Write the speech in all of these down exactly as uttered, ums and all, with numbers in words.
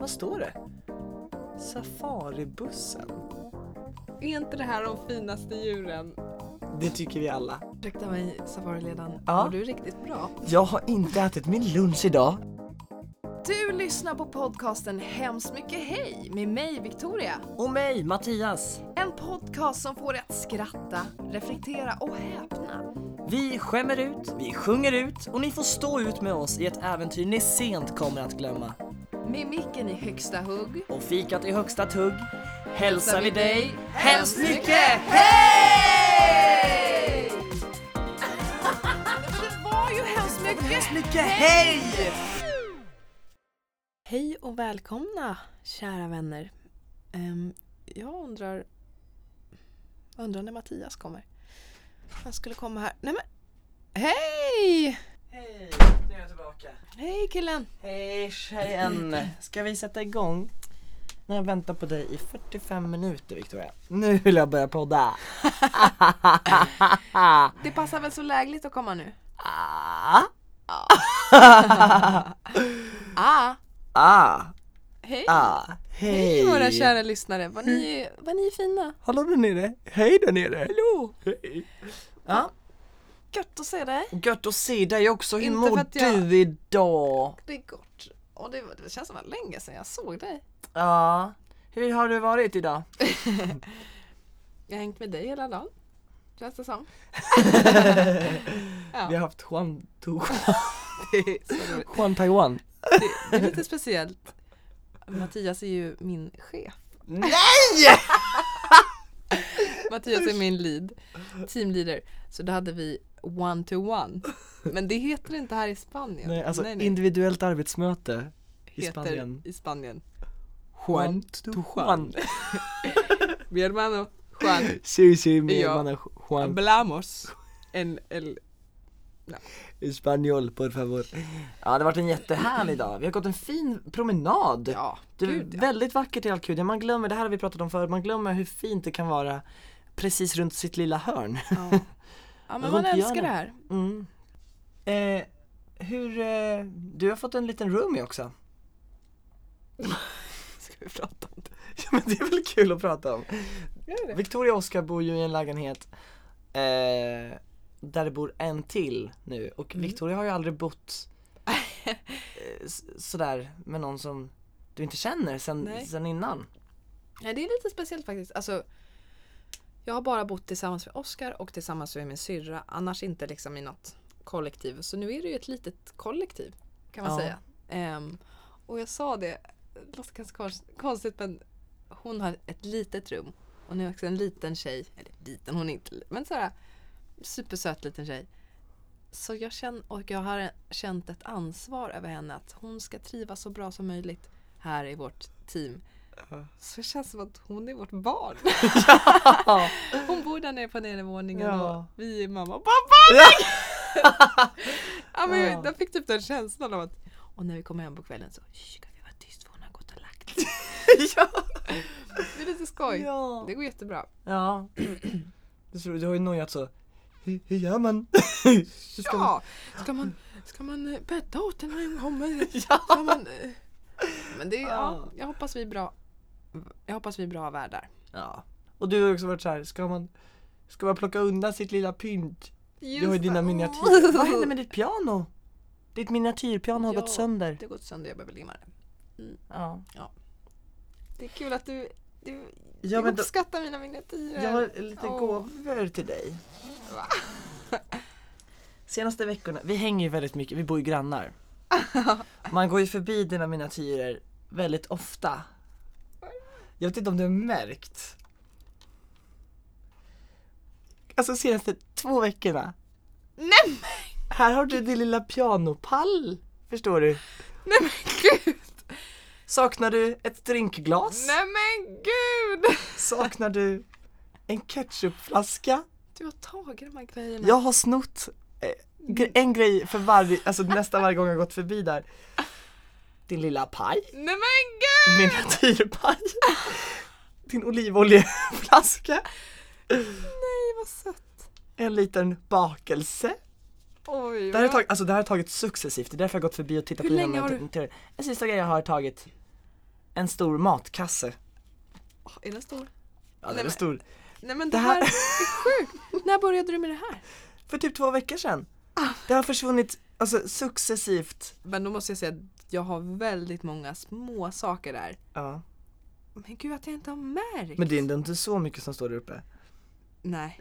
Vad står det? Safaribussen. Är inte det här de finaste djuren? Det tycker vi alla. Ursäkta mig, safariledaren. Ja. Var du riktigt bra? Jag har inte ätit min lunch idag. Du lyssnar på podcasten Hemskt mycket hej med mig, Victoria. Och mig, Mattias. En podcast som får dig att skratta, reflektera och häpna. Vi skämmer ut, vi sjunger ut och ni får stå ut med oss i ett äventyr ni sent kommer att glömma. Med micken i högsta hugg Och fikat i högsta tugg hälsar vi dig hemskt mycket hej! Det var ju hemskt mycket, hemskt mycket hej! Hej och välkomna, kära vänner. Um, jag undrar undrar när Mattias kommer. Han skulle komma här. Nej men, hej! Hej, nu är jag tillbaka. Hej killen. Hej tjejen. Ska vi sätta igång? När jag väntar på dig i fyrtiofem minuter, Victoria. Nu vill jag börja podda. Det passar väl så lägligt att komma nu? Ah. Ah. Ah. Hej. Ah. Hej. Hej våra kära lyssnare. Vad ni, vad ni är fina. Hallå där nere. Hej där nere. Hallå. Hej. Ja. Gött att se dig. Gött att se dig också. Hur Inte mår för att jag- du idag? Det är gott. Och det, det känns som att det var länge sedan jag såg dig. Ja. Hur har du varit idag? Jag har hängt med dig hela dagen. Känns det som. Ja. Vi har haft Juan to Det är, så roligt. Juan Taiwan. det, det är lite speciellt. Mattias är ju min chef. Nej! Mattias är min lead. Teamleader. Så då hade vi one to one. Men det heter inte här i Spanien. Nej, alltså nej, nej. individuellt arbetsmöte i Heter Spanien. i Spanien. Juan to Juan. Mi hermano Juan. Sí, sí, mi Ja. hermano Juan. Hablamos en el... Espanol, por favor. Ja, det har varit en jättehärlig dag. Vi har gått en fin promenad. Ja, Det är gud, ja. väldigt vackert i Alcudia. Man glömmer, det här har vi pratat om förut, man glömmer hur fint det kan vara precis runt sitt lilla hörn. Ja, ja men man Runt älskar hjörnet. det här. Mm. Eh, hur, eh, du har fått en liten roomie också. Ska vi prata om det? Ja, men det är väl kul att prata om. Gör det? Victoria och Oskar bor ju i en lägenhet eh, där det bor en till nu. Och Mm. Victoria har ju aldrig bott eh, s- sådär med någon som du inte känner sen, Nej. sen innan. Ja, det är lite speciellt faktiskt. Alltså, jag har bara bott tillsammans med Oskar och tillsammans med min syrra. Annars inte liksom i något kollektiv. Så nu är det ju ett litet kollektiv kan man Ja. säga. Ehm, och jag sa det, det låter ganska konst- konstigt men hon har ett litet rum. Och nu är också en liten tjej. Eller liten, hon är inte li- men sådär supersöt liten tjej. Så jag känner, och jag har känt ett ansvar över henne att hon ska trivas så bra som möjligt här i vårt team. Så det känns som att hon är vårt barn. Ja. Hon bor där nere på nedervåningen Ja. och vi är mamma och pappa. Ja. Ja, men Ja. jag, jag fick typ den känslan av att och när vi kommer hem på kvällen så ska vi vara tyst för hon har gått och lagt sig. Ja. Det är lite skoj. Ja. Det går jättebra. Ja. Du, tror- du har ju nojat så. Hur, hur gör man? Hur ska man- Ja, ska man, ska man eh, bädda åt den när hon kommer? Ja. Ska man, eh, men det är, ja, Ja. jag hoppas vi är bra. Jag hoppas vi är bra värdar. Ja. Och du har också varit så här, ska man ska man plocka undan sitt lilla pynt? Du har ju dina miniatyrer. Vad hände med ditt piano? Ditt miniatyrpiano har Ja. gått sönder. Det har gått sönder, jag behöver limma det. Ja. Det är kul att du, du, Ja, du men då, uppskattar mina miniatyrer. jag har lite Åh. gåvor till dig. Va? Senaste veckorna, vi hänger ju väldigt mycket, vi bor ju grannar. Man går ju förbi dina miniatyrer väldigt ofta. Jag vet inte om du har märkt. Alltså senaste två veckorna. Nej men, Här har du din lilla pianopall. Förstår du? nej men gud! Saknar du ett drinkglas? Nej men gud! Saknar du en ketchupflaska? Du har tagit de här grejerna. Jag har snott eh, gre- en grej för varje, alltså nästan varje gång jag gått förbi där. Din lilla paj. Nej men gud! Miniatyrpaj. Din olivoljeflaska. Nej vad sött. En liten bakelse. Oj, Det här, har vad- tagit, alltså det här har tagit successivt. Det är därför jag har gått förbi och tittat Hur på länge dina har du- miniatyrer. En sista grej jag har tagit en stor matkasse. Oh, är den stor? Ja, den Nej, är men- stor. Nej men det, Det här här- är sjukt. När började du med det här? För typ två veckor sedan. Det har försvunnit alltså, successivt. Men då måste jag säga att jag har väldigt många små saker där. Ja. Men gud att jag inte har märkt. Men det är ändå inte så mycket som står där uppe. Nej.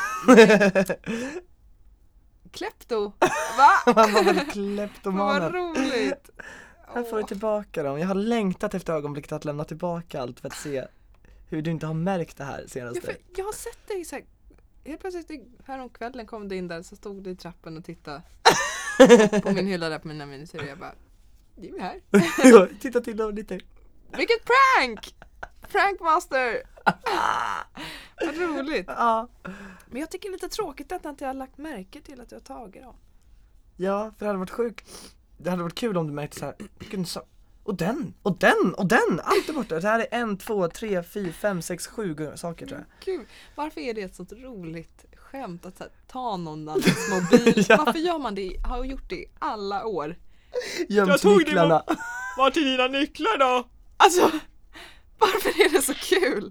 Klepto. Va? Man var väl Vad kleptomanen. roligt. Här får du tillbaka dem. Jag har längtat efter ögonblicket att lämna tillbaka allt för att se hur du inte har märkt det här Ja, senaste. för jag har sett dig så här. Helt plötsligt här om kvällen kom du in där, så stod du i trappen och tittade på min hylla där på mina miniatyrer och jag bara, det är ju här. Ja, titta till dem lite. Vilket prank! Prankmaster! Vad roligt. Ja. Men jag tycker det är lite tråkigt att jag inte har lagt märke till att du har tagit dem. Ja, för det hade varit sjukt. Det hade varit kul om du märkte så här. Vilken så... Och den, och den, och den, allt är borta. Det här är en, två, tre, fyra, fem, sex, sju saker tror jag. Kul. Varför är det ett sånt roligt skämt att så här, ta någon annans mobil? Ja. Varför gör man det? Har gjort det i alla år. Gömt tog nycklarna. Vart är dina nycklar då? Alltså, varför är det så kul?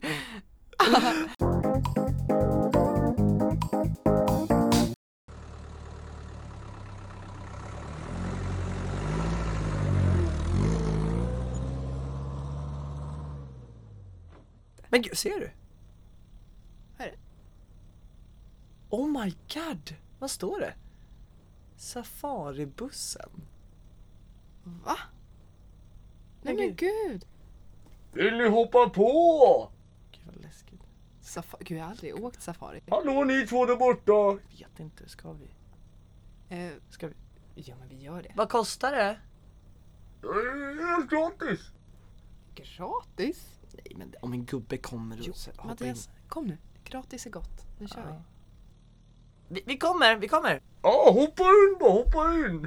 Men gud, ser du? Vad är det? Oh my god, vad står det? Safaribussen. Va? Nej Men men gud. gud. Vill ni hoppa på? Gud vad läskigt. Safa- gud, jag har aldrig åkt safari. Hallå ni två där borta. Jag vet inte, ska vi? Eh, Ska vi? ja men vi gör det. Vad kostar det? Det är helt gratis. Gratis? Nej men om en gubbe kommer och Jo, så- hoppar Mattias, kom nu. Gratis är gott. Nu kör in. vi. Ja. vi. Vi kommer, vi kommer. Ja, hoppa in då, hoppa in.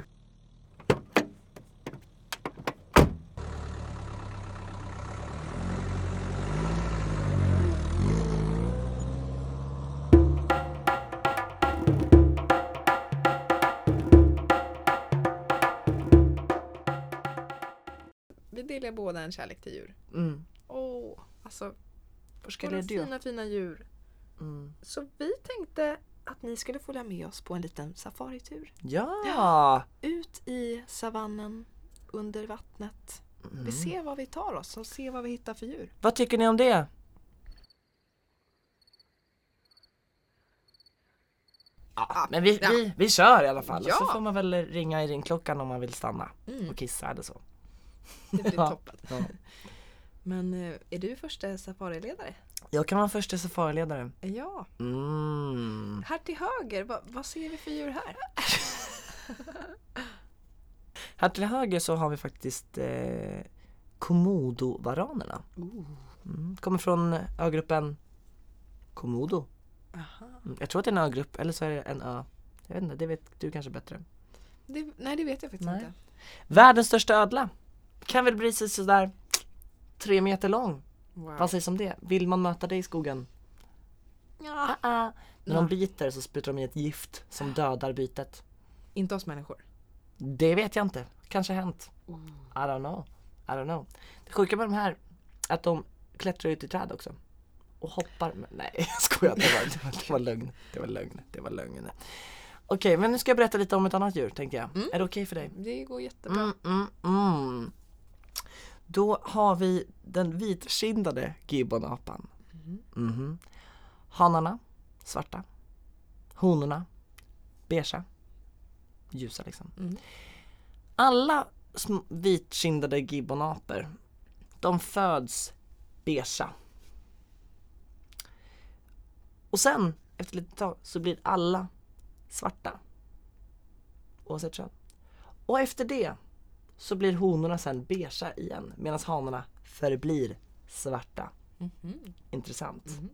Vi delar båda en kärlek till djur. Mm. Åh, alltså. Var ska Våra det dö? fina, fina djur. Mm. Så vi tänkte att ni skulle följa med oss på en liten safaritur. Ja! Ut i savannen, under vattnet. Mm. Vi ser vad vi tar oss och ser vad vi hittar för djur. Vad tycker ni om det? Ja, men vi, Ja. vi, vi kör i alla fall. Ja. Så får man väl ringa i ringklockan om man vill stanna Mm, och kissa eller så. det blir Ja. toppen. Ja. Men eh, är du första safariledare? Jag kan vara första safariledare. Ja. Mm. Här till höger, vad, vad ser vi för djur här? Här till höger så har vi faktiskt eh, Komodo-varanerna. Mm. Kommer från ögruppen Komodo. Aha. Mm. Jag tror att det är en ögrupp, eller så är det en ö. Jag vet inte, det vet du kanske bättre. Det, nej, det vet jag faktiskt Nej. inte. Världens största ödla. Kan väl bli så sådär tre meter lång. Wow. Vad sägs om det? Vill man möta dig i skogen? Ja. Ah, När Ja. de biter så sprutar de i ett gift som dödar bytet. Inte oss människor. Det vet jag inte. Kanske hänt. I don't know. I don't know. Det sjuka med de här är att de klättrar ut i träd också. Och hoppar. Men, nej, jag skojar. Det var, det, var, det var lögn. Det var lögn. Det var lögn. Okej, men nu ska jag berätta lite om ett annat djur, tänkte jag. Mm. Är det okej för dig? Det går jättebra. Mm, mm, mm. Då har vi den vitkindade gibbonapan. Mm. Mhm. Hanarna, svarta. Honorna, beigea. Ljusa liksom. Mm. Alla sm- vitkindade gibbonaper, de föds beigea. Och sen, efter lite tag, så blir alla svarta. Oavsett kön. Och efter det så blir honorna sen beigea igen, medan hanarna förblir svarta. Mhm. Intressant. Mhm.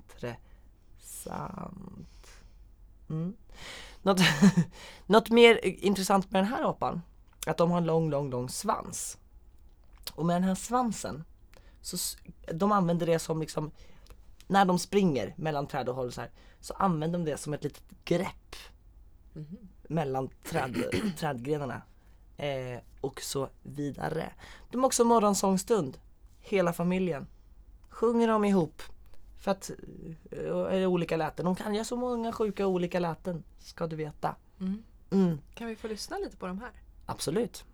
Intressant. Mm. Något, något mer intressant med den här apan är att de har en lång, lång, lång svans. Och med den här svansen så s- de använder det som liksom när de springer mellan träd och håller så här, så använder de det som ett litet grepp Mhm. mellan träd, trädgrenarna eh, och så vidare. De har också morgonsångstund hela familjen. Sjunger de ihop. För att, äh, olika läten. De kan göra så många sjuka olika läten, ska du veta. Mm. Mm, Kan vi få lyssna lite på de här? absolut.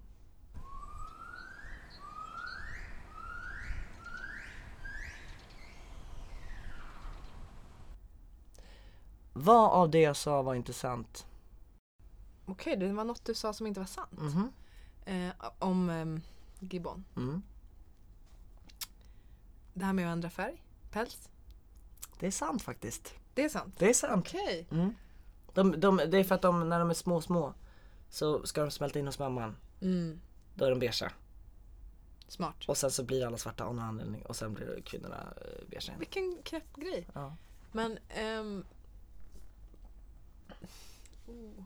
Vad av det jag sa var inte sant? Okej, det var något du sa som inte var sant. Mhm. Eh, om ehm, gibbon. Mm. Det här med att ändra färg, päls. Det är sant faktiskt. Det är sant. Det är sant. Okej. Mm. De, de, det är för att de, när de är små små så ska de smälta in hos mamman. Mm. Då är de beigea. Smart. Och sen så blir alla svarta av någon anledning. Och sen blir kvinnorna eh, beigea igen. Vilken knäpp grej. Ja. Men ehm, oh.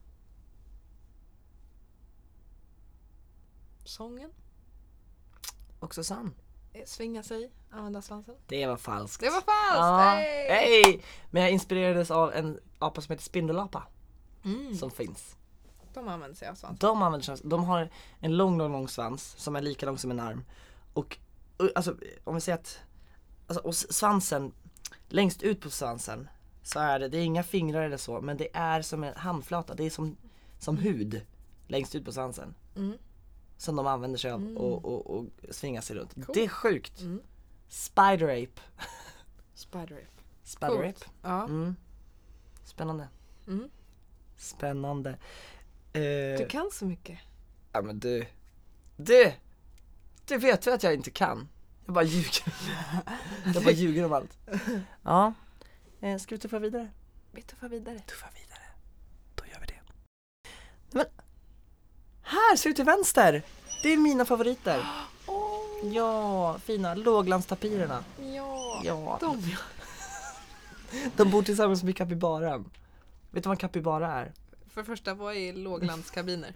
Sången, Också sann. eh, svinga sig, använda svansen. Det var falskt. Det var falskt! Ja. Hey! Hej! Men jag inspirerades av en apa som heter spindelapa. Mm. Som finns. De använder sig av svansen. De använder svans. De har en lång, lång, lång svans som är lika lång som en arm. Och och, alltså, om vi säger att alltså, och svansen, längst ut på svansen så är det, det är inga fingrar eller så, men det är som en handflata. Det är som, som hud längst ut på svansen. Mm. Som de använder sig av Mm. och, och, och svingar sig runt. Coolt. Det är sjukt. Mm. Spider ape. Spider ape. Spider Coolt. ape. Ja. Mm. Spännande. Mm. Spännande. Eh, Du kan så mycket. Ja men du. Du! Du vet ju att jag inte kan. Jag bara ljuger. Jag bara ljuger om allt. Ja. Eh, ska vi tuffa vidare? Vi tuffar vidare. Tuffa vidare. Då gör vi det. Men här, ser du till vänster. Det är mina favoriter. Oh, Ja, fina låglandstapirerna. ja. Ja. De. De bor tillsammans med kapibaran. Vet du vad en kapibara är? För det första, vad är låglandskabiner?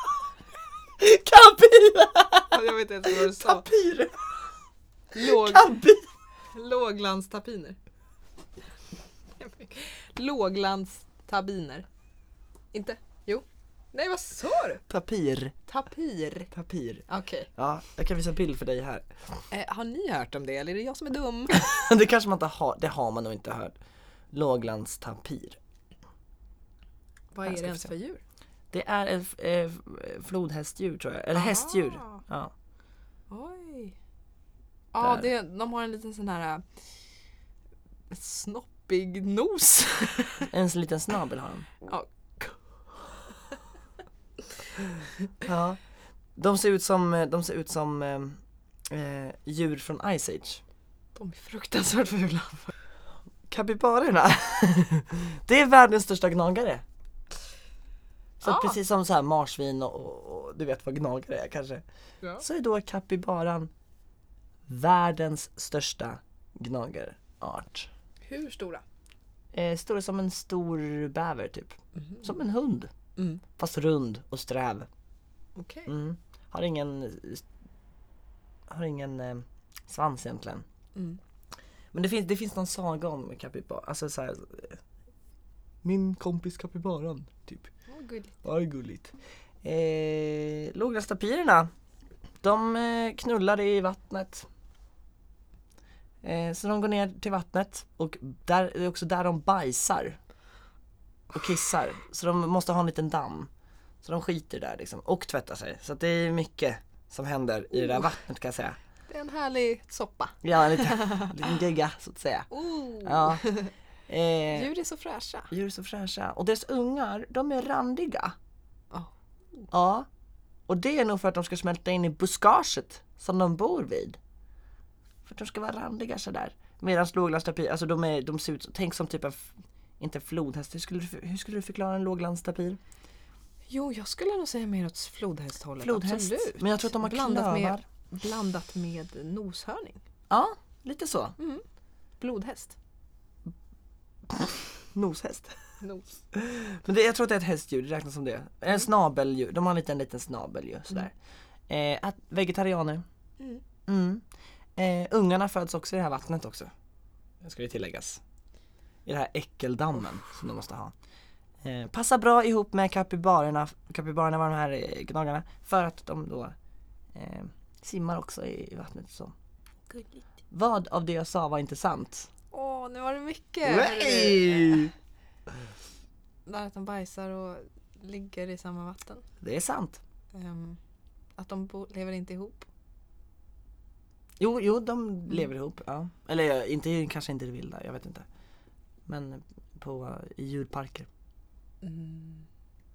Kapibara! Jag vet inte vad du sa. Tapir! Låg, Kapi! låglandstapiner. Låglandstapiner. Inte? Jo. Nej, vad sa du? Tapir. Tapir. Tapir. Okej. Ja, jag kan visa bild för dig här. Eh, har ni hört om det eller är det jag som är dum? Det kanske man inte har, det har man nog inte hört. Låglandstapir. Vad Här är ska det vi ens se. för djur? Det är en eh, flodhästdjur tror jag. Eller hästdjur. Ah. Ja. Oj. Ja, Där. det, de har en liten sån här äh, snoppig nos. En liten snabel har de. Ja. Ja. De ser ut som, de ser ut som eh, eh, djur från Ice Age. De är fruktansvärt fula. Kapibarerna. Det är världens största gnagare. Så att Ah. precis som så här marsvin och, och, och du vet vad gnagare är kanske. Ja. Så är då kapibaran världens största gnagarart. Hur stora? Eh, stor som en stor bäver typ. Som en hund. Mm. Fast rund och sträv. Okej. Mm. Har ingen har ingen eh, svans egentligen. Mm. Men det finns, det finns någon saga om kapibara. Alltså så här, eh, min kompis kapibaran typ. Åh, gulligt. Ja, det är gulligt. Eh, låglandstapirerna, de eh, knullar i vattnet. Eh, så de går ner till vattnet och där, det är också där de bajsar och kissar. Så de måste ha en liten damm. Så de skiter där liksom och tvättar sig. Så att det är mycket som händer i det där vattnet kan jag säga. Det är en härlig soppa. Ja, en liten, en liten gegga så att säga. Oh. Ja. Eh, Djur är så fräscha. djur är så fräscha. Och deras ungar, de är randiga. Oh. Ja. Och det är nog för att de ska smälta in i buskaget som de bor vid. För att de ska vara randiga sådär. Medan låglandstapir, alltså de, är, de ser ut, tänk som typ en, f- inte flodhäst. Hur skulle, du, hur skulle du förklara en låglandstapir? Jo, jag skulle nog säga mer åt flodhästhållet. Flodhäst. Absolut. Men jag tror att de har blandat klövar. med, blandat med noshörning. Ja, lite så. Mm. Blodhäst. Noshäst. Nos. Men det, jag tror att det är ett hästdjur, det räknas som det. En snabeldjur, de har en liten, liten snabel ju, sådär. Eh, att, vegetarianer. Mm. Mm. Eh, ungarna föds också i det här vattnet också. Det ska det tilläggas. I det här äckeldammen som de måste ha. Eh, passar bra ihop med kapibarerna. Kapibarerna var de här eh, gnagarna. För att de då eh, simmar också i, i vattnet så. gulligt. Vad av det jag sa var inte sant? Åh, nu var det mycket. Nej! Där att de bajsar och ligger i samma vatten. Det är sant. Um, att de bo- lever inte ihop. Jo, jo, de lever ihop. Ja. Eller inte, kanske inte det vilda, jag vet inte. Men på, i djurparker. Mm.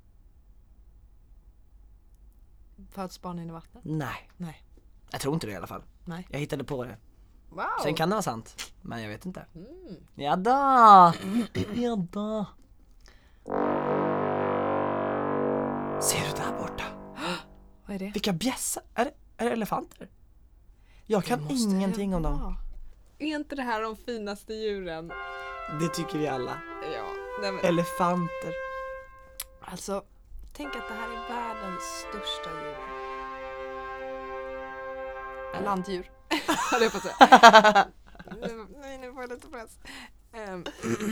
Föds barnen i vattnet? Nej, Nej. jag tror inte det i alla fall. Nej. Jag hittade på det. Wow! Sen kan det vara sant, men jag vet inte. Mm. Ja då. Ja då. Ser du där borta? Vad är det? Vilka bjässar? Är det, är det elefanter? Jag kan Det måste ingenting det om dem. vara. Är inte det här de finaste djuren? Det tycker vi alla. Ja. Nej, men, Elefanter. alltså, tänk att det här är världens största djur. Landdjur. Höll jag på att säga. Nu- Nej, nu får jag lite press. Ehm,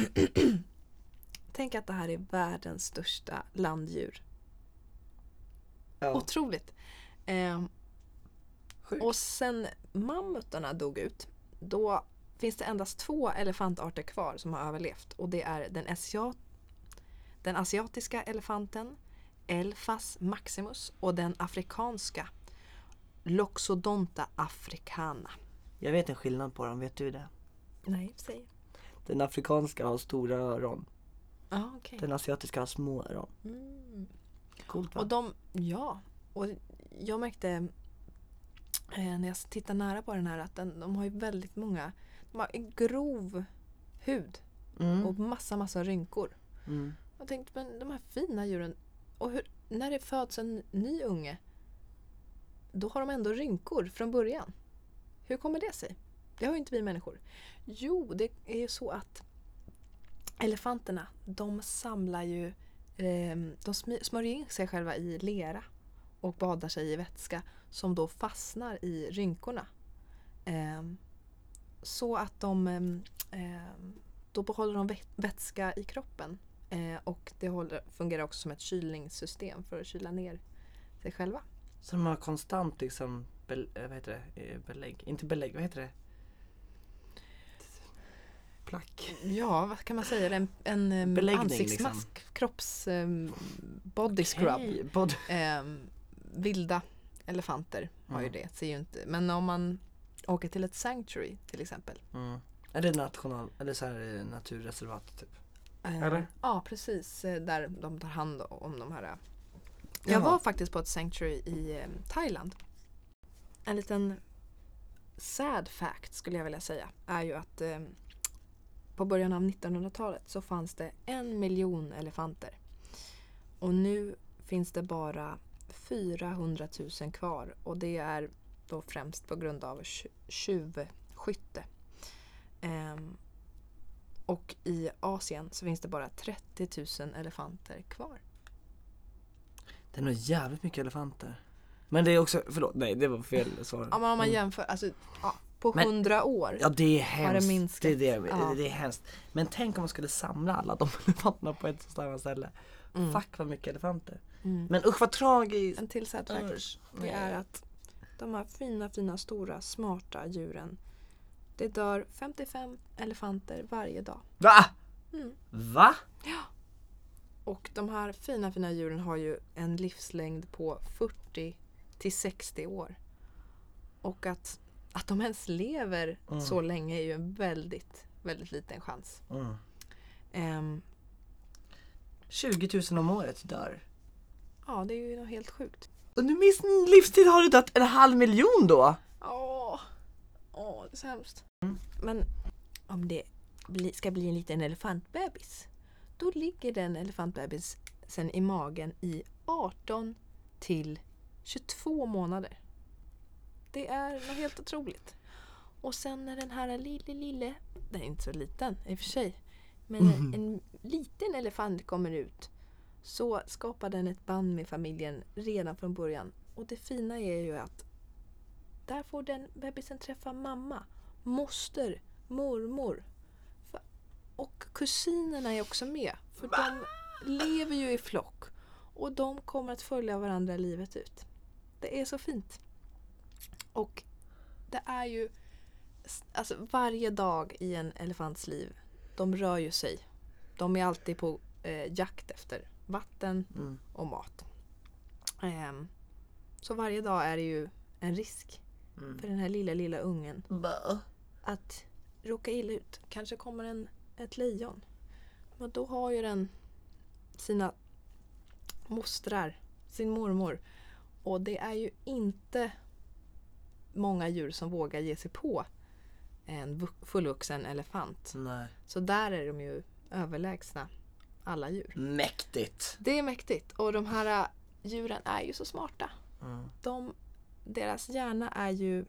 Tänk att det här är världens största landdjur. Ja. Otroligt. Ehm, Sjukt. och sen mammutarna dog ut, då finns det endast två elefantarter kvar som har överlevt. Och det är den, asiat, den asiatiska elefanten Elephas maximus och den afrikanska Loxodonta africana. Jag vet en skillnad på dem, vet du det? Nej, säg. Den afrikanska har stora öron. Ja, okej. Den asiatiska har små öron. Mm. Coolt va? Och de, ja, och jag märkte eh, när jag tittar nära på den här att den, de har ju väldigt många, de har en grov hud Mm. och massa, massa rynkor. Mm. Jag tänkte, men de här fina djuren, och hur, när det föds en ny unge, då har de ändå rynkor från början. Hur kommer det sig? Det har ju inte vi människor. Jo, det är ju så att elefanterna, de samlar ju, eh, de smy- smörjer in sig själva i lera och badar sig i vätska som då fastnar i rynkorna. Eh, så att de, eh, då behåller de vä- vätska i kroppen. Eh, och det håller, fungerar också som ett kylningssystem för att kyla ner sig själva. Så de har konstant liksom, be, vad heter det? Eh, Belägg. Inte belägg, vad heter det? Plack. Ja, vad kan man säga? En, en em, Beläggning, ansiktsmask, liksom. kropps em, body scrub. Hej, både. Em, vilda elefanter har ju Mm. det, ser ju inte. Men om man åker till ett sanctuary till exempel. Mm. Är det national, eller så här eh, naturreservat typ? Eh, Eller? Ja, precis. eh, Där de tar hand om de här. eh. Jaha. Jag var faktiskt på ett sanctuary i eh, Thailand. En liten sad fact skulle jag vilja säga är ju att eh, på början av nittonhundratalet så fanns det en miljon elefanter. Och nu finns det bara fyrahundratusen kvar. Och det är då främst på grund av tju- tjuvskytte. Ehm, och i Asien så finns det bara trettio tusen elefanter kvar. Det är nog jävligt mycket elefanter. Men det är också, förlåt, nej det var fel svar. Ja, men om man Mm. jämför, alltså ja, på Men- hundra år. Ja, det är Har det hemskt. minskat? Det, är det, Ja. det är hemskt. Men tänk om man skulle samla alla de elefanterna på ett och samma ställe. Mm. Fuck vad mycket elefanter. Mm. Men usch vad tragiskt. En till sad fact, Usch. det Nej. är att de här fina, fina, stora, smarta djuren, det dör femtiofem elefanter varje dag. Va? Mm. Va? Och de här fina, fina djuren har ju en livslängd på fyrtio till sextio år. Och att, att de ens lever Mm. så länge är ju en väldigt, väldigt liten chans. Mm. Ehm, tjugo tusen om året dör. ja, det är ju något helt sjukt. Under min livstid har det dött en halv miljon då. Åh, åh, det är så hemskt. Men om det bli, ska bli en liten elefantbebis, då ligger den elefantbebisen i magen i arton till tjugotvå månader. Det är något helt otroligt. Och sen när den här lille, lille, den är inte så liten i och för sig, men Mhm. en liten elefant kommer ut, så skapar den ett band med familjen redan från början. Och det fina är ju att där får den bebisen träffa mamma, moster, mormor. För- Och kusinerna är också med. För de lever ju i flock. Och de kommer att följa varandra livet ut. Det är så fint. Och det är ju alltså varje dag i en elefants liv, de rör ju sig. De är alltid på eh, jakt efter vatten Mm. och mat. Ehm, så varje dag är det ju en risk Mm. för den här lilla, lilla ungen Bö. att råka illa ut. Kanske kommer en, ett lejon. Men då har ju den sina mostrar, sin mormor. Och det är ju inte många djur som vågar ge sig på en vu- fullvuxen elefant. Nej. Så där är de ju överlägsna alla djur. Mäktigt. Det är mäktigt. Och de här äh, djuren är ju så smarta. Mm. De, deras hjärna är ju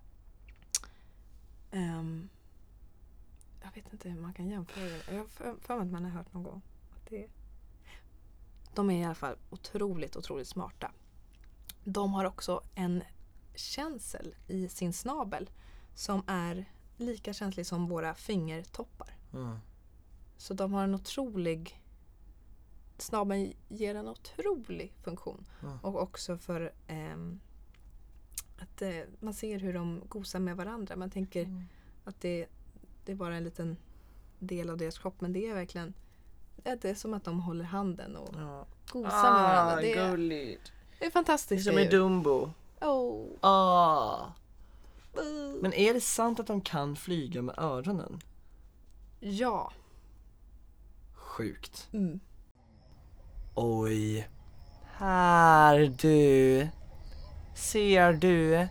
ehm, jag vet inte hur man kan jämföra det. Jag har för, för mig att man har hört någon gång att det, de är i alla fall otroligt, otroligt smarta. De har också en känsel i sin snabel som är lika känslig som våra fingertoppar. Mm. Så de har en otrolig, snabeln ger en otrolig funktion. Mm. Och också för ehm, att eh, man ser hur de gosar med varandra. Man tänker Mm. att det, det är bara en liten del av deras kropp. Men det är verkligen, det är som att de håller handen och Ja. gosar med varandra. Det är, gulligt. det är fantastiskt. Som i Dumbo. Oh. Ah. Uh. Men är det sant att de kan flyga med öronen? Ja. Sjukt. Mm. Oj. Här du. Ser du?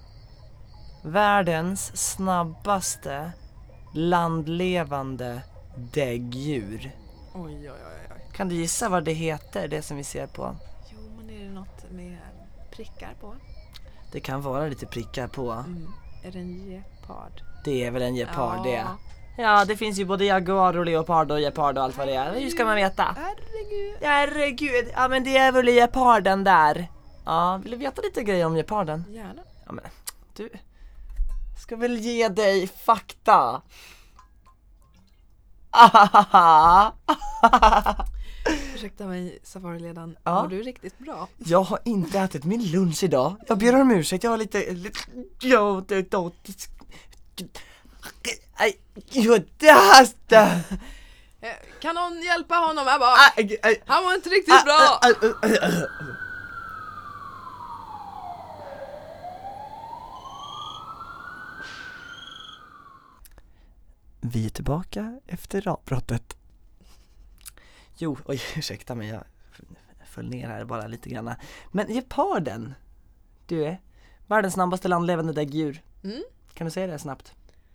Världens snabbaste landlevande däggdjur. Oj, oj, oj, oj. Kan du gissa vad det heter, det som vi ser på? Jo, men är det något med prickar på? Det kan vara lite prickar på. Mm. Är det en gepard? Det är väl en gepard Ja. det. Ja, det finns ju både jaguar och leopard och gepard och allt vad det är. Hur ska man veta? Herregud. Herregud, ja men det är väl geparden där. Ja, vill du veta lite grejer om geparden? Gärna. Ja men, du ska väl ge dig fakta. Ahaha. Ursäkta mig, safariledaren. Ja. Mår du riktigt bra? Jag har inte ätit min lunch idag. Jag ber om ursäkt, jag har lite... lite ja, det, det, det, aj, jo, det hastar. Eh, Kan någon hjälpa honom här bak? Aj, aj, Han var inte riktigt bra. aj, aj, aj, aj. Vi är tillbaka efter avbrottet. Jo, oj, ursäkta mig, jag föll ner här bara lite grann. Men geparden, du är världens snabbaste landlevande däggdjur. Mm. Kan du säga det snabbt?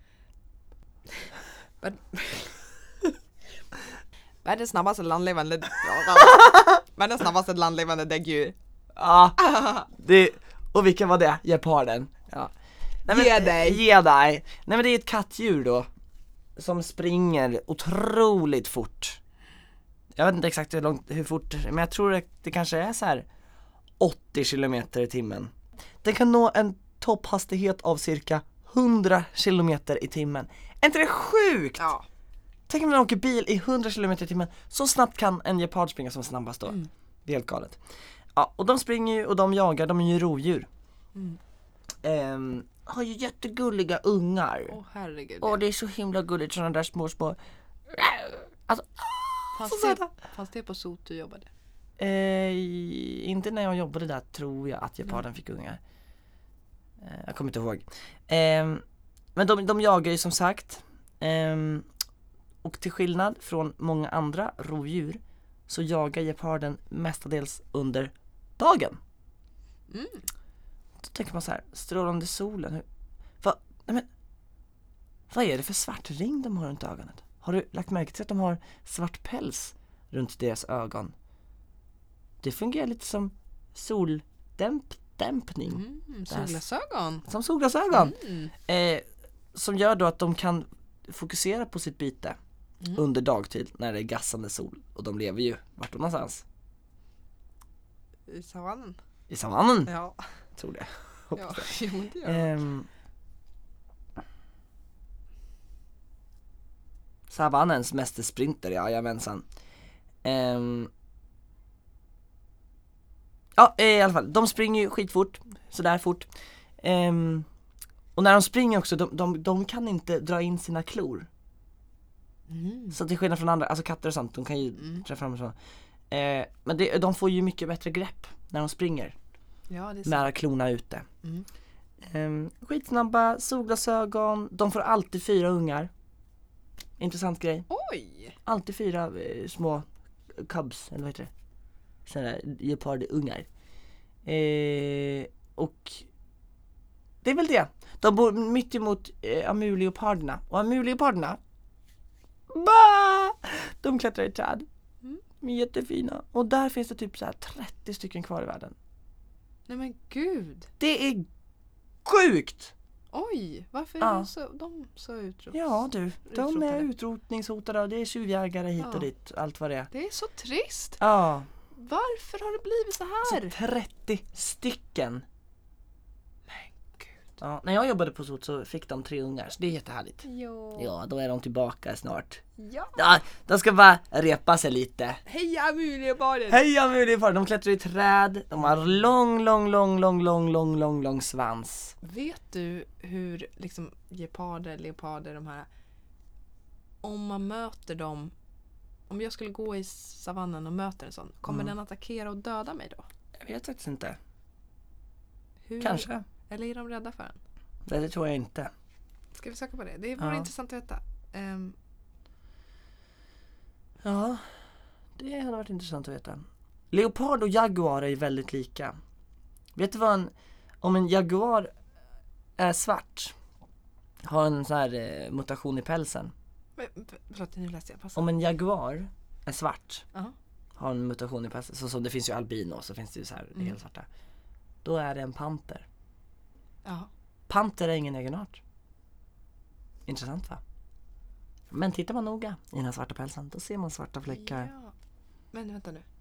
Världens snabbaste landlevande Världens snabbaste landlevande däggdjur. Ja, det, och vilka var det? Geparden. Ja. Nej, men, Ge dig. Ge dig. Nej men det är ett kattdjur då. Som springer otroligt fort. Jag vet inte exakt hur långt, hur fort, men jag tror att det kanske är så här åttio kilometer i timmen. Den kan nå en topphastighet av cirka hundra kilometer i timmen. Är inte det sjukt? Ja. Tänk om den åker bil i hundra kilometer i timmen. Så snabbt kan en gepard springa som snabbast då. Mm. Det är helt galet. Ja, och de springer ju och de jagar, de är ju rovdjur. Mm. Ehm, har ju jättegulliga ungar. Åh herregud. Åh, det är så himla gulligt, sådana där små små. Alltså, fanns, så det, söta. fanns det på S O T du jobbade? eh, inte när jag jobbade där tror jag att geparden fick ungar. Eh, jag kommer inte ihåg. Ehm, men de, de jagar ju som sagt. Ehm, och till skillnad från många andra rovdjur så jagar geparden mestadels under dagen. Mm. Då tänker man så här, strålande solen. Hur, vad, nej men, vad är det för svart ring de har runt ögonet? Har du lagt märke till att de har svart päls runt deras ögon? Det fungerar lite som soldämpning. Mm. Solglasögon. Som solglasögon. Mm. Eh, som gör då att de kan fokusera på sitt byte Mm. under dagtid när det är gassande sol. Och de lever ju vart någonstans? I savannen. I savannen, Ja. tror det. Ja, jo, men det gör de. Ehm, savannens mästersprinter, ja, jajamensan. Ehm, ja, i alla fall, de springer ju skitfort, sådär fort. Ehm, Och när de springer också, de, de, de kan inte dra in sina klor. Mm. Så till skillnad från andra, alltså katter och sånt, de kan ju Mm. träffa fram och så. Eh, men det, de får ju mycket bättre grepp när de springer. Ja, det är så. Med klorna ute. Mm. Eh, skitsnabba, solglasögon, de får alltid fyra ungar. Intressant grej. Oj! Alltid fyra eh, små cubs, eller vad heter det? Sådana där gepardungar. Eh, och det är väl det. De bor mitt emot eh, amurleoparderna. Och amurleoparderna, bah! De klättrar i träd. Mm. De är jättefina. Och där finns det typ så här trettio stycken kvar i världen. Nej men gud. Det är sjukt! Oj, varför är Ja. de så, de så utrot? Ja du, de är Utrotade. utrotningshotade och det är tjuvjägare hit Ja. och dit, allt vad det är. Det är så trist. Ja, Varför har det blivit så här? så trettio stycken. Men gud. Ja, när jag jobbade på Sot så fick de tre ungar, så det är jättehärligt. Ja. Ja, då är de tillbaka snart. Ja. Ja, de ska bara repa sig lite. Heja Amulebarden! Heja Amuleopard, de klättrar i träd. De har lång, lång, lång, lång, lång, lång, lång, lång svans. Vet du hur liksom geparder, leoparder, de här, om man möter dem, om jag skulle gå i savannen och möter en sån, kommer Mm. den attackera och döda mig då? Jag vet faktiskt inte. Hur? Kanske. Eller är de rädda för en? Det, det tror jag inte. Ska vi söka på det? Det vore Ja. intressant att veta. Ehm, Ja, det hade varit intressant att veta. Leopard och jaguar är väldigt lika. Vet du vad en, om en jaguar är svart, har en sån här eh, mutation i pälsen. men, förlåt, nu läste jag. Passa. Om en jaguar är svart, Ja. har en mutation i pälsen, så som det finns ju albino, så finns det ju så här Mm. helt svarta. Då är det en panter. Ja. Panter är ingen egen art. Intressant va? Men tittar man noga i den här svarta pälsen, då ser man svarta fläckar. Ja. Men vänta nu.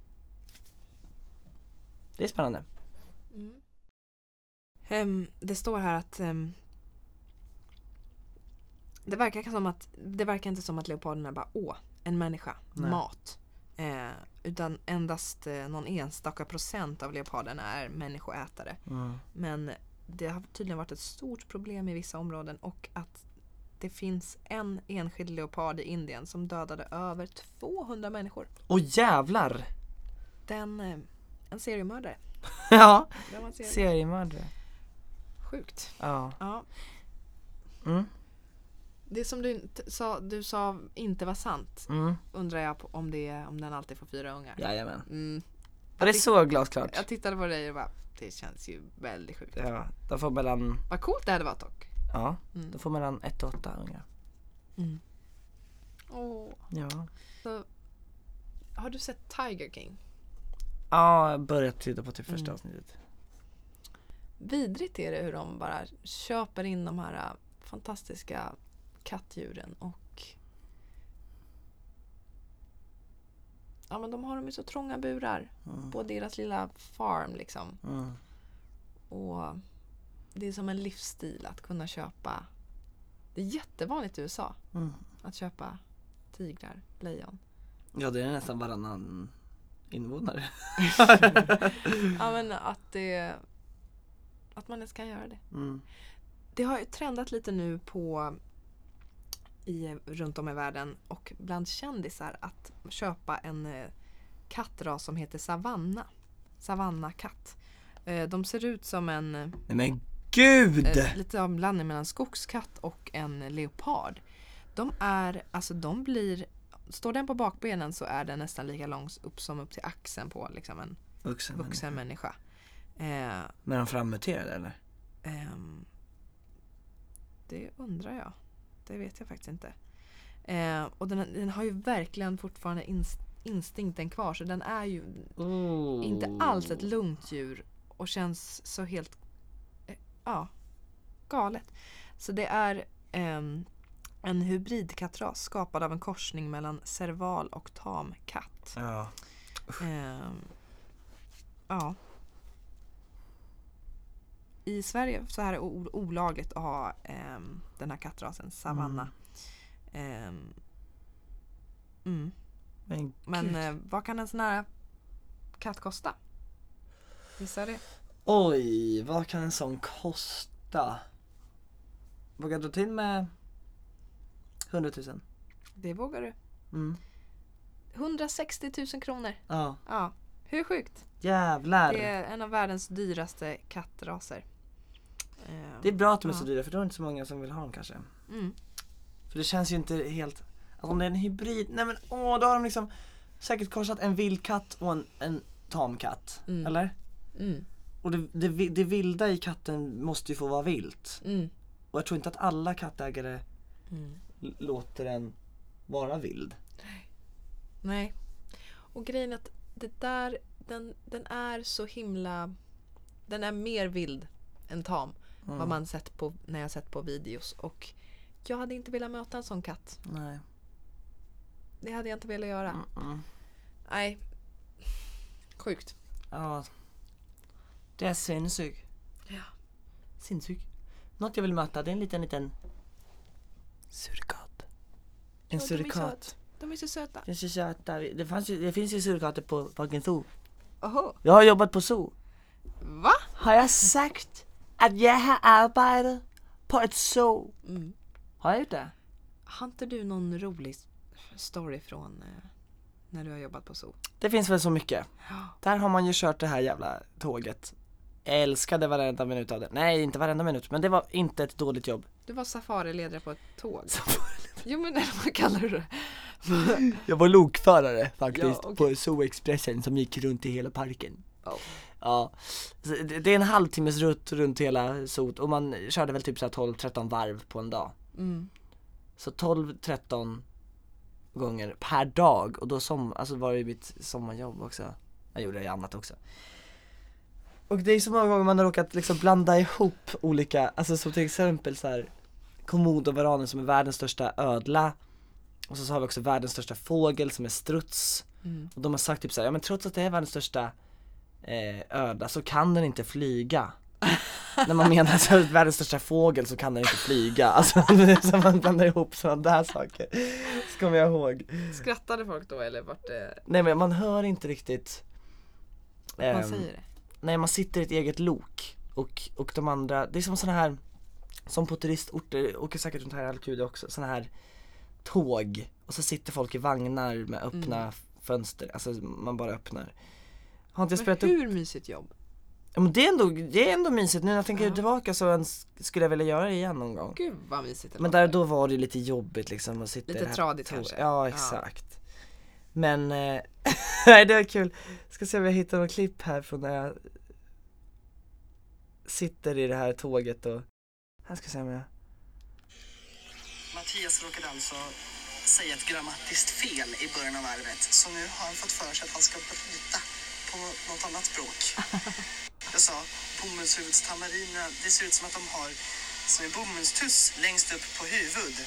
Det är spännande. Mm. Ehm, det står här att ehm, det verkar som att det verkar inte som att leoparderna bara åh, en människa, Nej. mat. Eh, utan endast eh, någon enstaka procent av leoparderna är människoätare. Mm. Men det har tydligen varit ett stort problem i vissa områden och att det finns en enskild leopard i Indien som dödade över tvåhundra människor. Åh jävlar! Den, eh, en seriemördare. Ja, Den var en serie- seriemördare. Sjukt. Ja. Ja. Mm. Det som du t- sa, du sa inte var sant, Mm. undrar jag på om, det, om den alltid får fyra ungar. Jajamän. Mm. Ja, det är så glasklart. Jag tittade på dig och bara, det känns ju väldigt sjukt. Ja, de får mellan, Vad coolt det hade varit dock. ja, Mm. de får mellan ett och åtta ungar. Mm. Åh. Ja. Så, har du sett Tiger King? Ja, jag börjat titta på typ första Mm. avsnittet. Vidrigt är det hur de bara köper in de här äh, fantastiska kattdjuren och ja, men de har dem i så trånga burar Mm. på deras lilla farm liksom. Mm. Och det är som en livsstil att kunna köpa. Det är jättevanligt i U S A Mm. att köpa tigrar, lejon. Ja, det är nästan varannan invånare. Ja, men att det att man ens kan göra det. Mm. Det har ju trendat lite nu på i, runt om i världen och bland kändisar att köpa en eh, kattras som heter Savanna. Savanna-katt. Eh, de ser ut som en eh, Nej men gud! lite av en blandning mellan skogskatt och en leopard. De är, alltså de blir, står den på bakbenen så är den nästan lika lång upp som upp till axeln på liksom en Vuxen, vuxen människa. Eh, Men de frammuterade eller? Ehm, det undrar jag. Det vet jag faktiskt inte. Eh, och den, den har ju verkligen fortfarande inst- instinkten kvar. Så den är ju Oh. inte alls ett lugnt djur. Och känns så helt eh, ja, galet. Så det är ehm, en hybridkattras skapad av en korsning mellan serval och tamkatt. Ja. Ehm, ja. I Sverige så är det o- olagligt att ha ehm, den här kattrasen Savanna. Ehm, mm. Men, Men gud. eh, vad kan en sån här katt kosta? Gissar det? Oj, vad kan en sån kosta? Vågar du till med hundratusen? Det vågar du. Mm. hundrasextio tusen kronor. Ja. Ja, hur sjukt? Jävlar. Det är en av världens dyraste kattraser. Eh, Det är bra att de är ja. så dyra, för då är det inte så många som vill ha dem kanske. Mm. För det känns ju inte helt... Alltså om det är en hybrid... Nej men åh, då har de liksom säkert korsat en vildkatt och en, en tamkatt. Mm. Eller? Mm. Och det, det, det vilda i katten måste ju få vara vilt. Mm. Och jag tror inte att alla kattägare Mm. l- låter den vara vild. Nej. Och grejen är att det där, den, den är så himla... Den är mer vild än tam. Mm. Vad man sett på, när jag sett på videos. Och jag hade inte velat möta en sån katt. Nej. Det hade jag inte velat göra. Mm, mm. Nej. Sjukt. Ja. Det är sinnessyk. Ja. Sinnessyk. Något jag vill möta, det är en liten, liten surikat. En Ja, de är surikat. söt. De är så söta. Det är så söta. Det, fanns ju, det finns ju surikater på Parken Zoo. Oho. Jag har jobbat på zoo. Va? Har jag sagt att jag har arbetat på ett zoo? Mm. Har jag gjort det? Har inte du någon rolig story från eh, när du har jobbat på zoo? Det finns väl så mycket. Ja. Där har man ju kört det här jävla tåget. Jag älskade varenda minut av det. Nej, inte varenda minut, men det var inte ett dåligt jobb. Du var safariledare på ett tåg. Jo men eller vad kallar du det? Jag var lokförare faktiskt, Ja, okej. på Zoo-expressen som gick runt i hela parken. Oh. Ja, så det det är en halvtimmes rutt runt hela Zoo och man körde väl typ så här tolv tretton varv på en dag. Mm. Så tolv tretton gånger per dag, och då som, alltså var det ju mitt sommarjobb också. Jag gjorde det annat också. Och det är så många gånger man har råkat liksom blanda ihop olika, alltså som till exempel så här komodovaranen som är världens största ödla. Och så, så har vi också världens största fågel som är struts. Mm. Och de har sagt typ så här, ja men trots att det är världens största eh, ödla så kan den inte flyga. När man menar att det är världens största fågel så kan den inte flyga. Alltså så man blandar ihop sådana där saker. Ska man ihåg. Skrattade folk då eller vart det... Nej men man hör inte riktigt. Man ehm, säger det. Nej, man sitter i ett eget lok. Och, och de andra, det är som såna här, som på turistorter, åker säkert runt här i Alcudia också, såna här tåg. Och så sitter folk i vagnar med öppna Mm. fönster. Alltså man bara öppnar. Har inte Men spelat upp. hur mysigt jobb? Ja, men det är ändå, det är ändå mysigt. Nu när jag tänker Ja. tillbaka så ens skulle jag vilja göra det igen någon gång. Gud vad mysigt det Men låter. där då var det lite jobbigt liksom att sitta i Lite det här tradigt tåg- kanske. Ja, Ja. exakt. Men eh, nej, det var kul. Ska se om jag hittar något klipp här från när jag sitter i det här tåget och här ska jag se om jag... Mattias råkade alltså säga ett grammatiskt fel i början av varvet. Så nu har han fått för sig att han ska bryta på något annat språk. Jag sa, bomullshuvudets tamarinerna, det ser ut som att de har som en bomullstuss längst upp på huvud.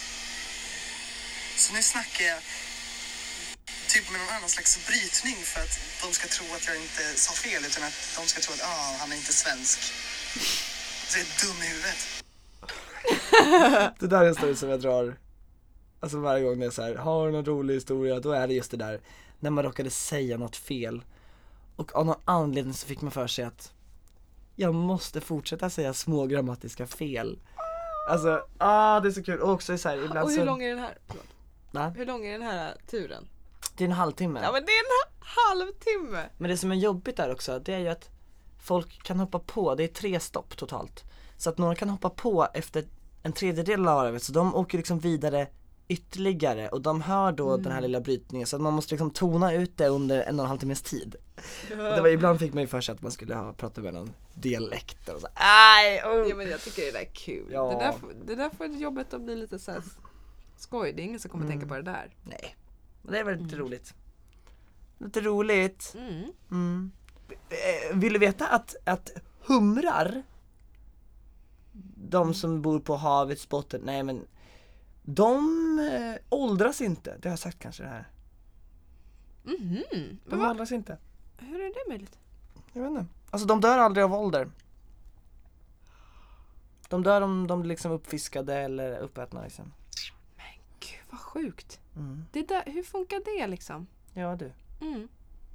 Så nu snackar jag typ med någon annan slags brytning för att de ska tro att jag inte sa fel, utan att de ska tro att ah, han är inte svensk. Så jag är dum i huvudet. Det där är en story som jag drar. Alltså varje gång det är så här, har du någon rolig historia, då är det just det där när man råkade säga något fel. Och av någon anledning så fick man för sig att jag måste fortsätta säga små grammatiska fel. Alltså, ah, det är så kul. Och också så här, ibland Och hur så... lång är den här? Förlåt. Va? Hur lång är den här turen? Det är en halvtimme. Ja men det är en halvtimme! Men det som är jobbigt där också, det är ju att folk kan hoppa på, det är tre stopp totalt. Så att några kan hoppa på efter en tredjedel av varvet, så de åker liksom vidare ytterligare och de hör då Mm. den här lilla brytningen, så att man måste liksom tona ut det under en och en halv timmes tid. Och det var, ibland fick man ju för sig att man skulle ha pratat med någon dialekt och så. Aj, oh. Ja men jag tycker det där är kul. Ja. Det, där, får- det där får jobbet att bli lite så här skoj. Det är ingen som kommer Mm. tänka på det där. Nej, men det är väl lite roligt. Lite roligt. Mm. Mm. Eh, Vill du veta att, att humrar, de som bor på havets botten, nej men de eh, åldras inte. Det har jag sagt kanske det här. Mhm. De Men vad- åldras inte. Hur är det möjligt? Jag vet inte. Alltså de dör aldrig av ålder. De dör om de blir liksom uppfiskade eller uppätna liksom. Gud vad sjukt. Mm. Det där, hur funkar det liksom? Ja du. Mm.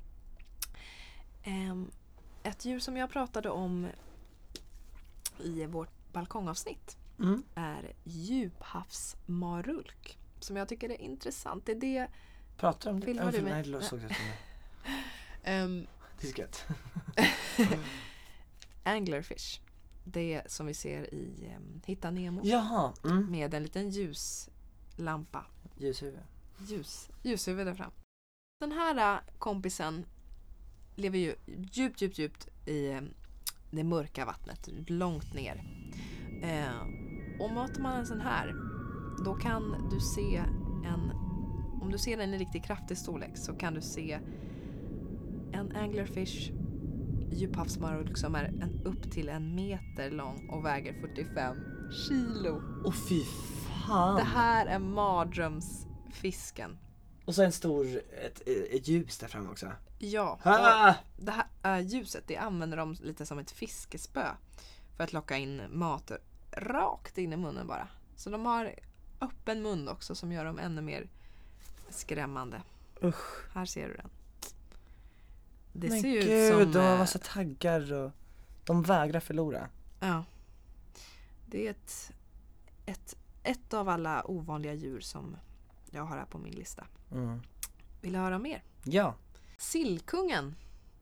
Ehm, ett djur som jag pratade om i vårt balkongavsnitt Mm. är djuphavsmarulk. Som jag tycker är intressant. Det är det... Pratar om det? Vill Ja, ha du för- med? Nej, såg det som det. Um, Disket. anglerfish. Det som vi ser i um, Hitta Nemo. Jaha. Mm. Med en liten ljuslampa. Ljushuvud. Ljus, ljushuvud där fram. Den här uh, kompisen lever ju djupt, djupt, djupt i um, det mörka vattnet. Långt ner. Uh, och möter man en sån här, då kan du se en, om du ser den i riktigt kraftig storlek så kan du se en anglerfish djuphavsmarulk som är en, upp till en meter lång och väger fyrtiofem kilo. Åh fy fan. Det här är mardrömsfisken. Och så en stor, ett, ett ljus där framme också. Ja, Ah! och det här äh, ljuset, det använder de lite som ett fiskespö för att locka in mat rakt in i munnen bara. Så de har öppen mun också som gör dem ännu mer skrämmande. Usch. Här ser du den. Det Men ser ju gud, ut som... de har eh, massa taggar och de vägrar förlora. Ja. Det är ett, ett, ett av alla ovanliga djur som jag har här på min lista. Mm. Vill du höra mer? Ja. Sillkungen.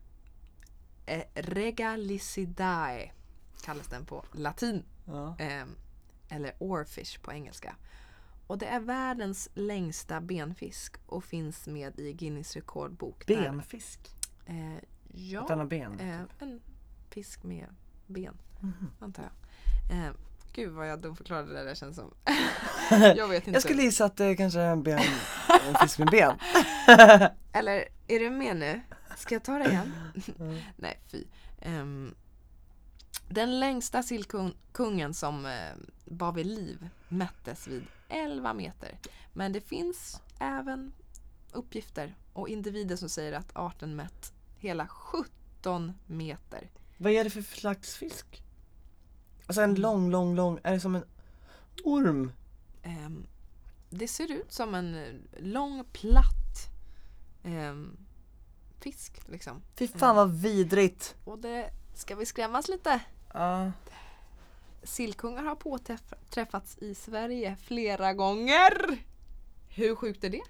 Eh, Regalicidae kallas den på latin. ja. Eh, eller oarfish på engelska. Och det är världens längsta benfisk och finns med i Guinness rekordbok. där- Benfisk. Eh, ja. Att den har ben. Eh, en fisk med ben, Mhm. antar jag. Eh, gud vad jag dum förklarade det där känns som. Jag vet inte. Jag skulle gissa att det kanske är en, ben, en fisk med ben. Eller är du med nu? Ska jag ta det igen? Nej, fy. Ehm, den längsta sillkungen som eh, var vid liv mättes vid elva meter. Men det finns även uppgifter och individer som säger att arten mätt hela sjutton meter. Vad är det för slags fisk? Alltså en lång, lång, lång, är det som en orm? Ehm, det ser ut som en eh, lång, platt ehm, fisk liksom. Fy fan vad vidrigt. Och det ska vi skrämmas lite. Ja. Sillkungar har påträffats i Sverige flera gånger. Hur sjukt är det?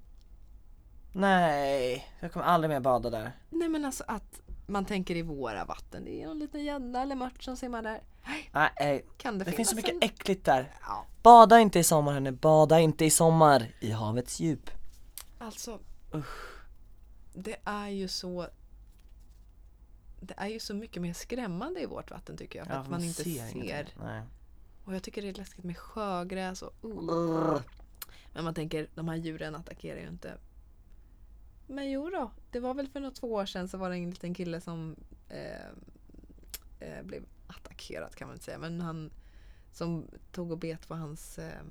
Nej, jag kommer aldrig mer bada där. Nej men alltså att man tänker i våra vatten. Det är en liten gädda eller mört som simmar där. Nej, nej. Kan det, Det finns så finnas mycket en... äckligt där. Ja, Bada inte i sommar hörni, bada inte i sommar i havets djup. alltså det är ju så det är ju så mycket mer skrämmande i vårt vatten tycker jag. För att man inte ser. ingenting. Nej. Och jag tycker det är läskigt med sjögräs och uh. Urr. Men man tänker, de här djuren attackerar ju inte. Men jo då, det var väl för några två år sedan så var det en liten kille som eh, eh, blev attackerad kan man inte säga. Men han som tog och bet på hans eh,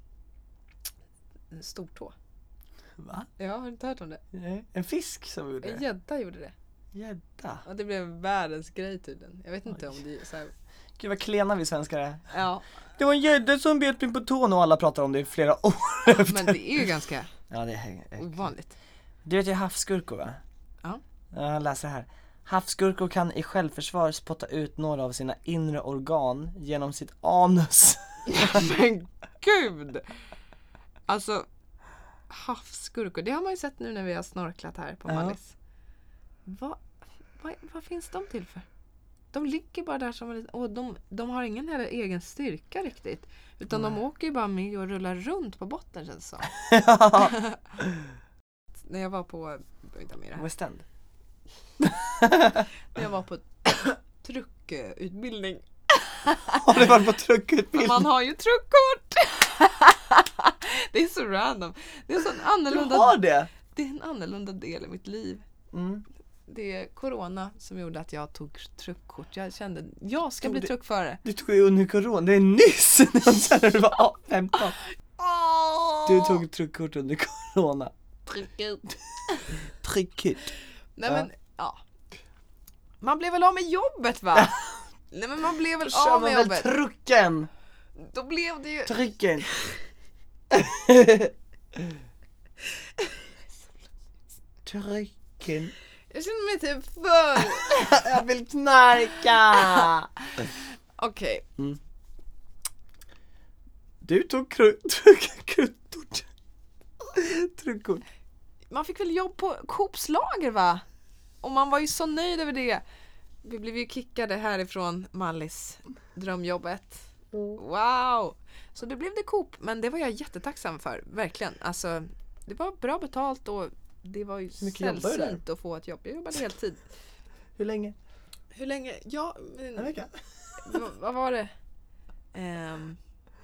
stortå. Va? Ja, har du inte hört om det? Nej, en fisk som gjorde En det? gädda gjorde det. Gädda? Och det blev världens grej tydligen. Jag vet inte Oj. om det är så här. Gud vad klena vi svenskar är. Ja, Det var en gädda som bet mig på tån och alla pratar om det i flera år efter. men det är ju ganska Ja, det är ovanligt. Du vet ju havsgurkor va? Ja. Ja, jag läser här. Havsgurkor kan i självförsvar spotta ut några av sina inre organ genom sitt anus. Men gud! Alltså, havsgurkor, det har man ju sett nu när vi har snorklat här på Ja. Mallis. Vad, vad, vad finns de till för? De ligger bara där som en liten- och de, de har ingen heller egen styrka riktigt. Utan de åker ju bara med och rullar runt på botten känns det som. Ja. När jag var på, vänta med det här. West End. När jag var på truckutbildning. Har du varit på truckutbildning? Man har ju truckkort! Det är så random. Det är en sån Du annorlunda, har det? det är en annorlunda del i mitt liv. Mm. Det är corona som gjorde att jag tog truckkort. Jag kände, jag ska Tog bli du- truckförare. Du tog ju under corona, det är nyss när du var femton. Du tog truckkort under corona. truckut. Truckut. Nej Ja. men, ja. Man blev väl av med jobbet va? Nej men man blev väl Kör av man med väl jobbet. trucken? Då blev det ju... Trucken. Trucken. Jag känner mig typ full. Jag vill knarka. Okej. Mm. Du tog kruttkort. Truttkort. Man fick väl jobb på Coops lager, va? Och man var ju så nöjd över det. Vi blev ju kickade härifrån Mallis drömjobbet. Wow! Så det blev det Coop, men det var jag jättetacksam för, verkligen. Alltså, det var bra betalt och det var ju sällsynt att få ett jobb. Jag jobbade heltid. Hur länge? Hur länge? Ja, men, En vecka. vad, vad var det? Um,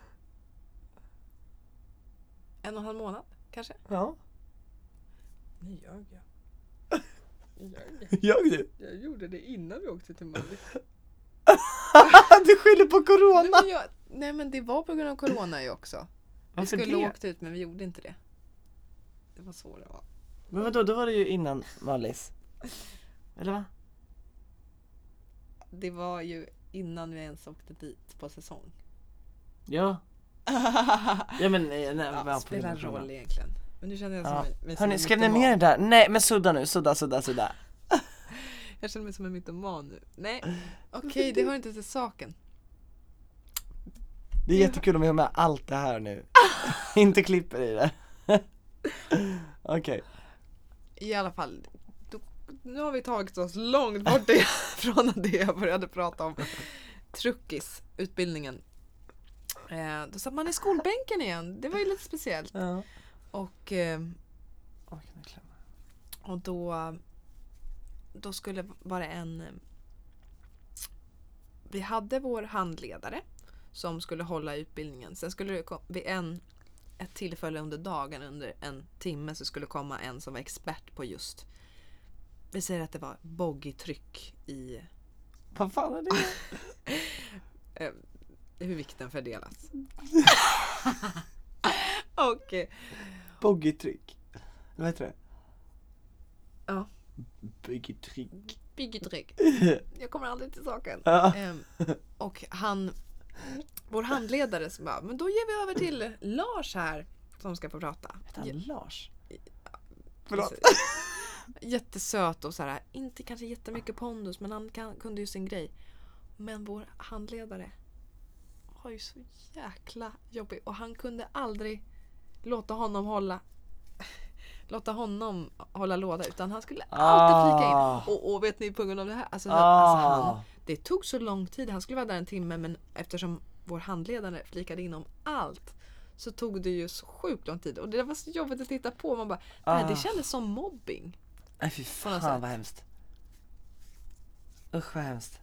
en och en halv månad, kanske? Ja. Nu ljög jag. Ljög du? Jag gjorde det innan vi åkte till Mallis. Du skyller på corona. Nej men, jag, nej men det var på grund av corona ju också. Vi Varför skulle det? ha åkt ut men vi gjorde inte det. Det var så det var. Men vadå, då var det ju innan Mallis. Eller va? Det var ju innan vi ens åkte dit på säsong. Ja. Ja men nej, nej, Ja, ja, spelar roll egentligen. Men nu känner jag som Ja. mig, mig som Hörni, en skrev ni mytoman. mer det där? Nej men sudda nu, sudda, sudda, sudda. Jag känner mig som en mytoman nu. Nej, okej okay, det hör inte till saken. Det är jättekul om vi har med allt det här nu. Inte klipper i det. Okej. Okay. I alla fall, då, nu har vi tagit oss långt bort från det jag började prata om. Truckis, utbildningen. Eh, då satt man i skolbänken igen. Det var ju lite speciellt. Ja. Och, eh, Oj, kan jag klämma? och då, då skulle bara en... Vi hade vår handledare som skulle hålla utbildningen. Sen skulle det kom, vid en, ett tillfälle under dagen, under en timme, så skulle komma en som var expert på just... Vi säger att det var boggitryck i... Vad fan är det? eh, hur vikten fördelas. Och... eh, Boggitryck. Vad heter det? Ja. Boggitryck. Boggitryck. Jag kommer aldrig till saken. Ja. Ehm, och han, vår handledare, som bara, men då ger vi över till Lars här som ska få prata. Heter han J- Lars? Förlåt. Jättesöt och så här, inte kanske jättemycket pondus, men han kan, kunde ju sin grej. Men vår handledare var ju så jäkla jobbig och han kunde aldrig låta honom hålla låta honom hålla låda, utan han skulle alltid flika in. Och, och vet ni, på grund av det här, alltså, Ah. alltså han, det tog så lång tid. Han skulle vara där en timme, men eftersom vår handledare flikade in om allt, så tog det ju så sjukt lång tid. Och det var så jobbigt att titta på. Man bara, nej, det Ah. kändes som mobbing. Nej fy På något fan sätt. vad hemskt. Usch vad hemskt.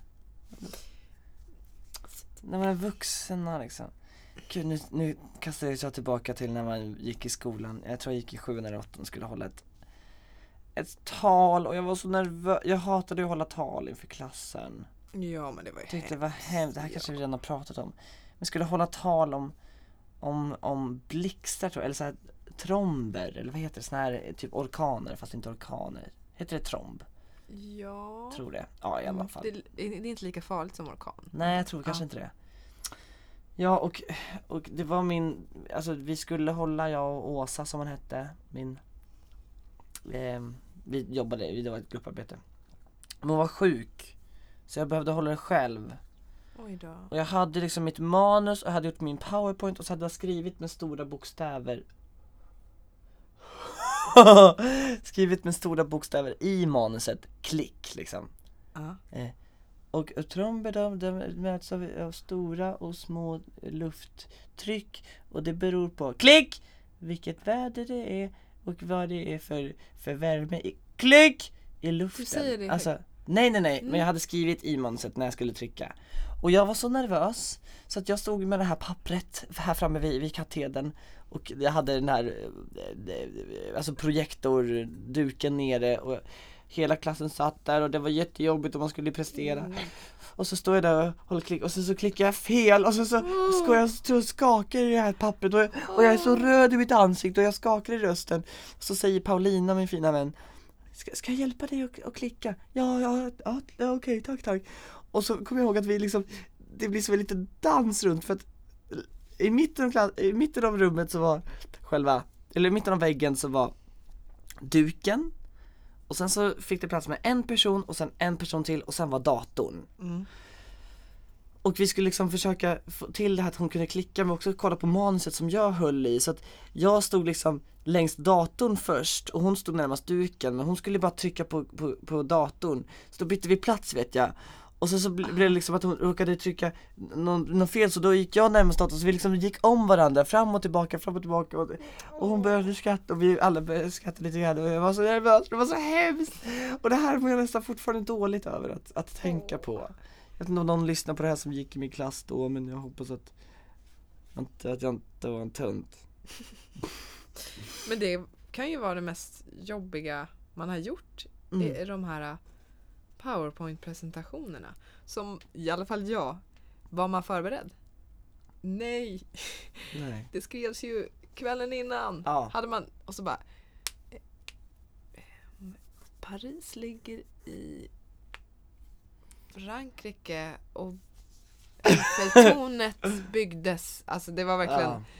När man är vuxen liksom. Gud, nu, nu kastar jag tillbaka till när man gick i skolan. Jag tror jag gick i sjuan eller åttan och skulle hålla ett ett tal, och jag var så nervös. Jag hatade att hålla tal inför klassen. Ja, men det var ju Jag tyckte det var hemskt. hemskt. Det här kanske vi redan har pratat om. Men skulle hålla tal om om, om blixtar, tror jag, eller så här tromber, eller vad heter det, såna här typ orkaner, fast inte orkaner. Heter det tromb? Ja. Tror det. Ja, i alla fall. Det, det är inte lika farligt som orkan. Nej, jag tror kanske Ja. inte det. Ja, och, och det var min, alltså vi skulle hålla, jag och Åsa som hon hette, min, eh, vi jobbade, det var ett grupparbete. Men hon var sjuk, så jag behövde hålla det själv. Oj då. Och jag hade liksom mitt manus och jag hade gjort min PowerPoint, och så hade jag skrivit med stora bokstäver. skrivit med stora bokstäver i manuset, klick liksom. Ja. Eh, och tromber de, de möts av, av stora och små lufttryck, och det beror på klick vilket väder det är och vad det är för, för värme i klick i luften. Du säger det. Alltså, nej nej nej, Mm. men jag hade skrivit i manuset när jag skulle trycka. Och jag var så nervös så att jag stod med det här pappret här framme vid, vid katedern, och jag hade den här eh, alltså projektorduken nere, och hela klassen satt där och det var jättejobbigt och man skulle prestera. Mm. Och så står jag där och håller klick, och så, så klickar jag fel, och så, så ska jag stå och skakar i det här pappret, och, och jag är så röd i mitt ansikte och jag skakar i rösten. Och så säger Paulina, min fina vän, ska, ska jag hjälpa dig att, att klicka? Ja, ja, ja, ja okej, tack, tack. Och så kommer jag ihåg att vi liksom, det blir så lite dans runt, för att i mitten av, klass, i mitten av rummet så var själva, eller i mitten av väggen så var duken. Och sen så fick det plats med en person och sen en person till, och sen var datorn. Mm. Och vi skulle liksom försöka få till det här att hon kunde klicka, men också kolla på manuset som jag höll i. Så att jag stod liksom längst datorn först och hon stod närmast duken, men hon skulle bara trycka på, på, på datorn. Så då bytte vi plats, vet jag. Och så, så blev det liksom att hon råkade trycka någon, någon fel, så då gick jag närmast datorn, så vi liksom gick om varandra, fram och tillbaka, fram och tillbaka. Och, och hon började skratta och vi alla började skratta lite grann och jag var så nervös, det var så hemskt. Och det här mår jag nästan fortfarande dåligt över att, att tänka på. Jag vet inte om någon lyssnar på det här som gick i min klass då, men jag hoppas att, inte, att jag inte var en tönt. Men det kan ju vara det mest jobbiga man har gjort Mm. i de här PowerPoint-presentationerna. Som i alla fall jag, var man förberedd? Nej. Nej. Det skrevs ju kvällen innan. Ja. Hade man, och så bara eh, eh, Paris ligger i Frankrike och Eiffeltornet byggdes. Alltså det var verkligen Ja.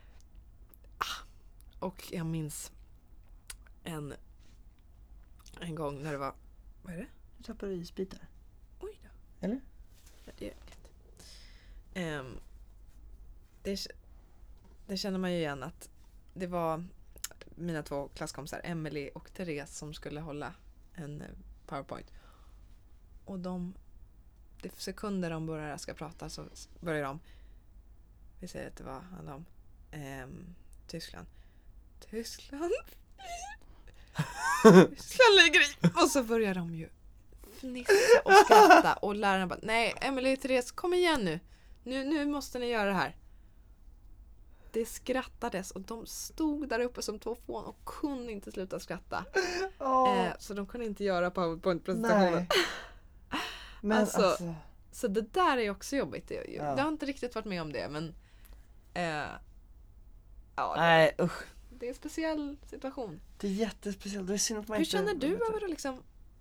Och jag minns en en gång när det var, vad är det? Du tappade isbitar. Oj då. Eller? Ja, det är inget. Um, det, det känner man ju igen att det var mina två klasskompisar, Emily och Therese, som skulle hålla en eh, PowerPoint. Och de, det är sekunder de börjar ska prata så börjar de, vi säger att det var handlar om um, Tyskland. Tyskland? Tyskland ligger i. Och så börjar de ju fnissa och skratta. Och lärarna bara, nej Emily och Therese, kom igen nu. nu. Nu måste ni göra det här. Det skrattades och de stod där uppe som två fån och kunde inte sluta skratta. Oh. Eh, så de kunde inte göra PowerPoint-presentationen. Men Alltså, alltså, Så det där är också jobbigt. Jag, Ja. jag har inte riktigt varit med om det, men eh, ja, nej usch. det är en speciell situation. Det är jättespeciellt. Det är synd att man Hur inte... känner du över att liksom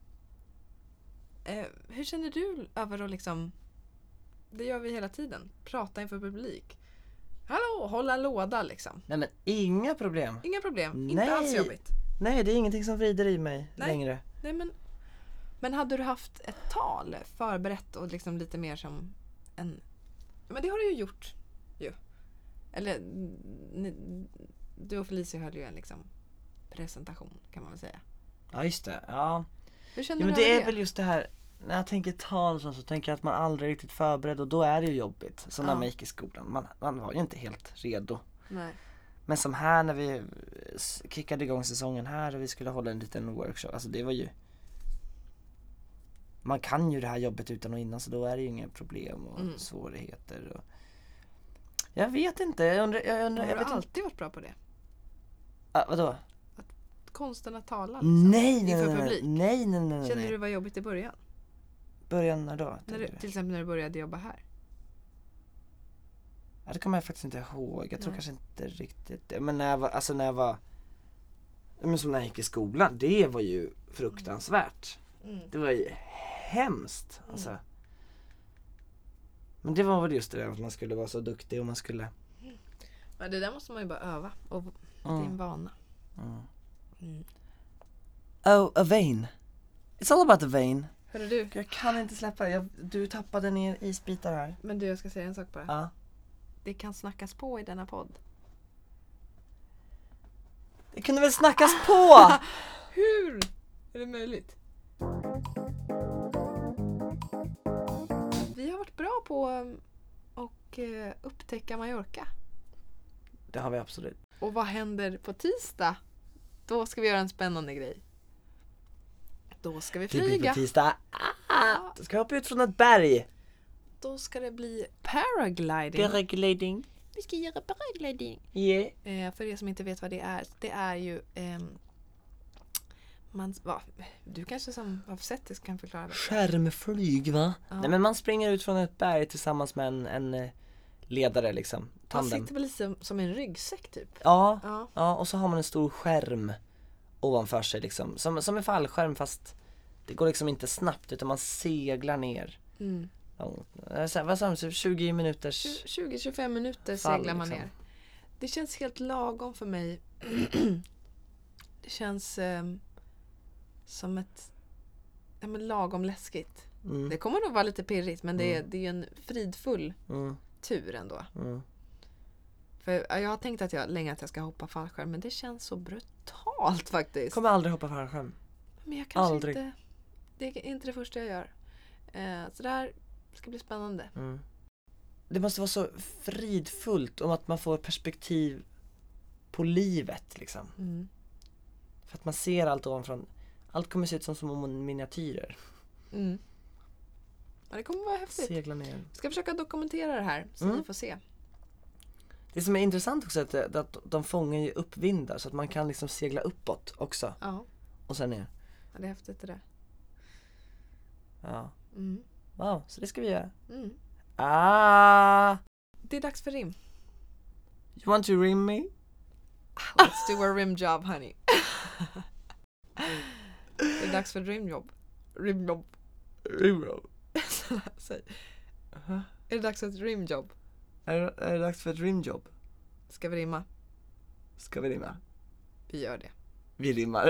eh, hur känner du över att liksom, det gör vi hela tiden, prata inför publik. Hallå, hålla låda liksom. Nej men inga problem. Inga problem, Nej. inte alls jobbigt. Nej, det är ingenting som vrider i mig Nej. längre. Nej, men, men hade du haft ett tal förberett och liksom lite mer som en, men det har du ju gjort ju. Eller ni, du och Felicia höll ju en liksom presentation, kan man väl säga. Ja just det, ja. Hur känner Ja, men du det över är väl just det här, när jag tänker tal så, så tänker jag att man aldrig är riktigt förberedd, och då är det ju jobbigt. Som när Ja. man gick i skolan, man, man var ju inte helt redo. Nej. Men som här när vi s- kickade igång säsongen här och vi skulle hålla en liten workshop, alltså det var ju, man kan ju det här jobbet utan och innan, så då är det ju inga problem och Mm. svårigheter och... Jag vet inte, jag undrar, jag undrar, Har jag du vet inte. alltid varit bra på det? Ah, vadå? Konsten att tala liksom, Nej, nej, inför nej, nej, publik. nej, nej, nej, Känner nej. du det var jobbigt i början? Början när då? När tänker du, du? till exempel när du började jobba här? Ja, det kommer jag faktiskt inte ihåg. Jag tror Nej. kanske inte riktigt det. Men när jag var, alltså när jag var, men som när jag gick i skolan, det var ju fruktansvärt. Mm. Det var ju hemskt. Alltså. Men det var väl just det där att man skulle vara så duktig och man skulle... Men det där måste man ju bara öva. Och det är en Mm. vana. Mm. Mm. Oh, a vein. It's all about the vein. Hörru du, Jag kan inte släppa det. Jag, du tappade ner isbitar här. men du, jag ska säga en sak bara. Ja. Det kan snackas på i denna podd. Det kunde väl snackas på! Hur är det möjligt? Vi har varit bra på um, och uh, upptäcka Mallorca. Det har vi absolut. Och vad händer på tisdag? Då ska vi göra en spännande grej. Då ska vi Det blir flyga. på tisdag. Ah, då ska jag hoppa ut från ett berg. Då ska det bli paragliding. Paragliding. Vi ska göra paragliding. Yeah. Eh, för er som inte vet vad det är, det är ju ehm, man, va, du kanske som har sett det kan förklara det. Skärmflyg va? Ja. Nej men man springer ut från ett berg tillsammans med en, en eh, ledare liksom. Man Tandem. sitter väl lite som, som en ryggsäck typ. Ja, Ja. ja, och så har man en stor skärm ovanför sig liksom. Som, som en fallskärm fast det går liksom inte snabbt utan man seglar ner. Mm. Ja, så här, vad sa du? tjugo minuters... tjugo till tjugofem minuter Fall, seglar man liksom. ner. Det känns helt lagom för mig. Det känns ehm, som ett ja, men lagom läskigt. Mm. Det kommer nog vara lite pirrigt, men det är, Mm. det är ju en fridfull Mm. tur ändå. Mm. För ja, jag har tänkt att jag länge att jag ska hoppa fallskärm, men det känns så brutalt faktiskt. Kommer aldrig hoppa fallskärm. Men jag kanske aldrig. inte... Det är inte det första jag gör. Eh, så det här ska bli spännande. Mm. Det måste vara så fridfullt om att man får perspektiv på livet liksom. Mm. För att man ser allt ovanifrån. Allt kommer se ut som små miniatyrer. Mm. Ja, det kommer vara häftigt. Segla ner. Jag ska försöka dokumentera det här så Mm. ni får se. Det som är intressant också är att, det, att de fångar ju upp vindar så att man kan liksom segla uppåt också. Ja, Och sen ner. ja det är häftigt det där. Ja. Mm. Wow, så det ska vi göra. Mm. Ah! Det är dags för rim. You want to rim me? Let's do a rim job, honey. Det är dags för rimjobb. Rimjobb. Rimjobb? Säg. Är det dags för ett rimjobb? Är, är det dags för ett rimjobb? Ska vi rimma? Ska vi rimma? Vi gör det. Vi rimmar.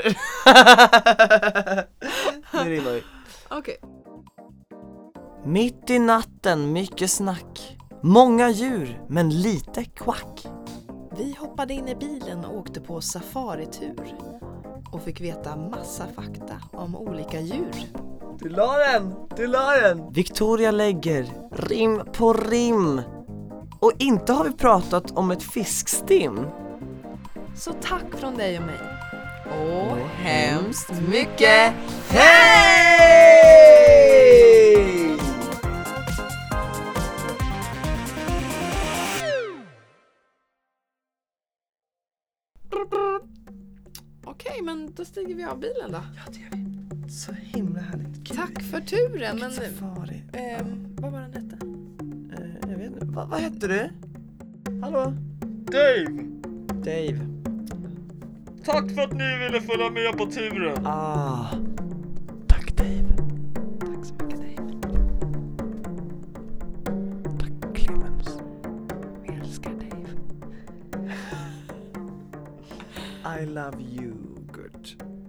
Nu rimmar vi. Okej. Mitt i natten, mycket snack. Många djur, men lite kvack. Vi hoppade in i bilen och åkte på safaritur. Och fick veta massa fakta om olika djur. Du la den! Du la den! Victoria lägger rim på rim. Och inte har vi pratat om ett fiskstim. Så tack från dig och mig. Och Och hemskt mycket hej! Okej, men då stiger vi av bilen då. Ja, det gör vi. Så himla härligt. Kul. Tack för turen. Men, Vilket safari. ehm, vad var den hette? Eh, jag vet inte. Va, vad hette du? Hallå? Dave! Dave. Tack för att ni ville följa med på turen. Ah. Tack Dave. Tack så mycket, Dave. Tack Clemens. Vi älskar Dave. I love you, good.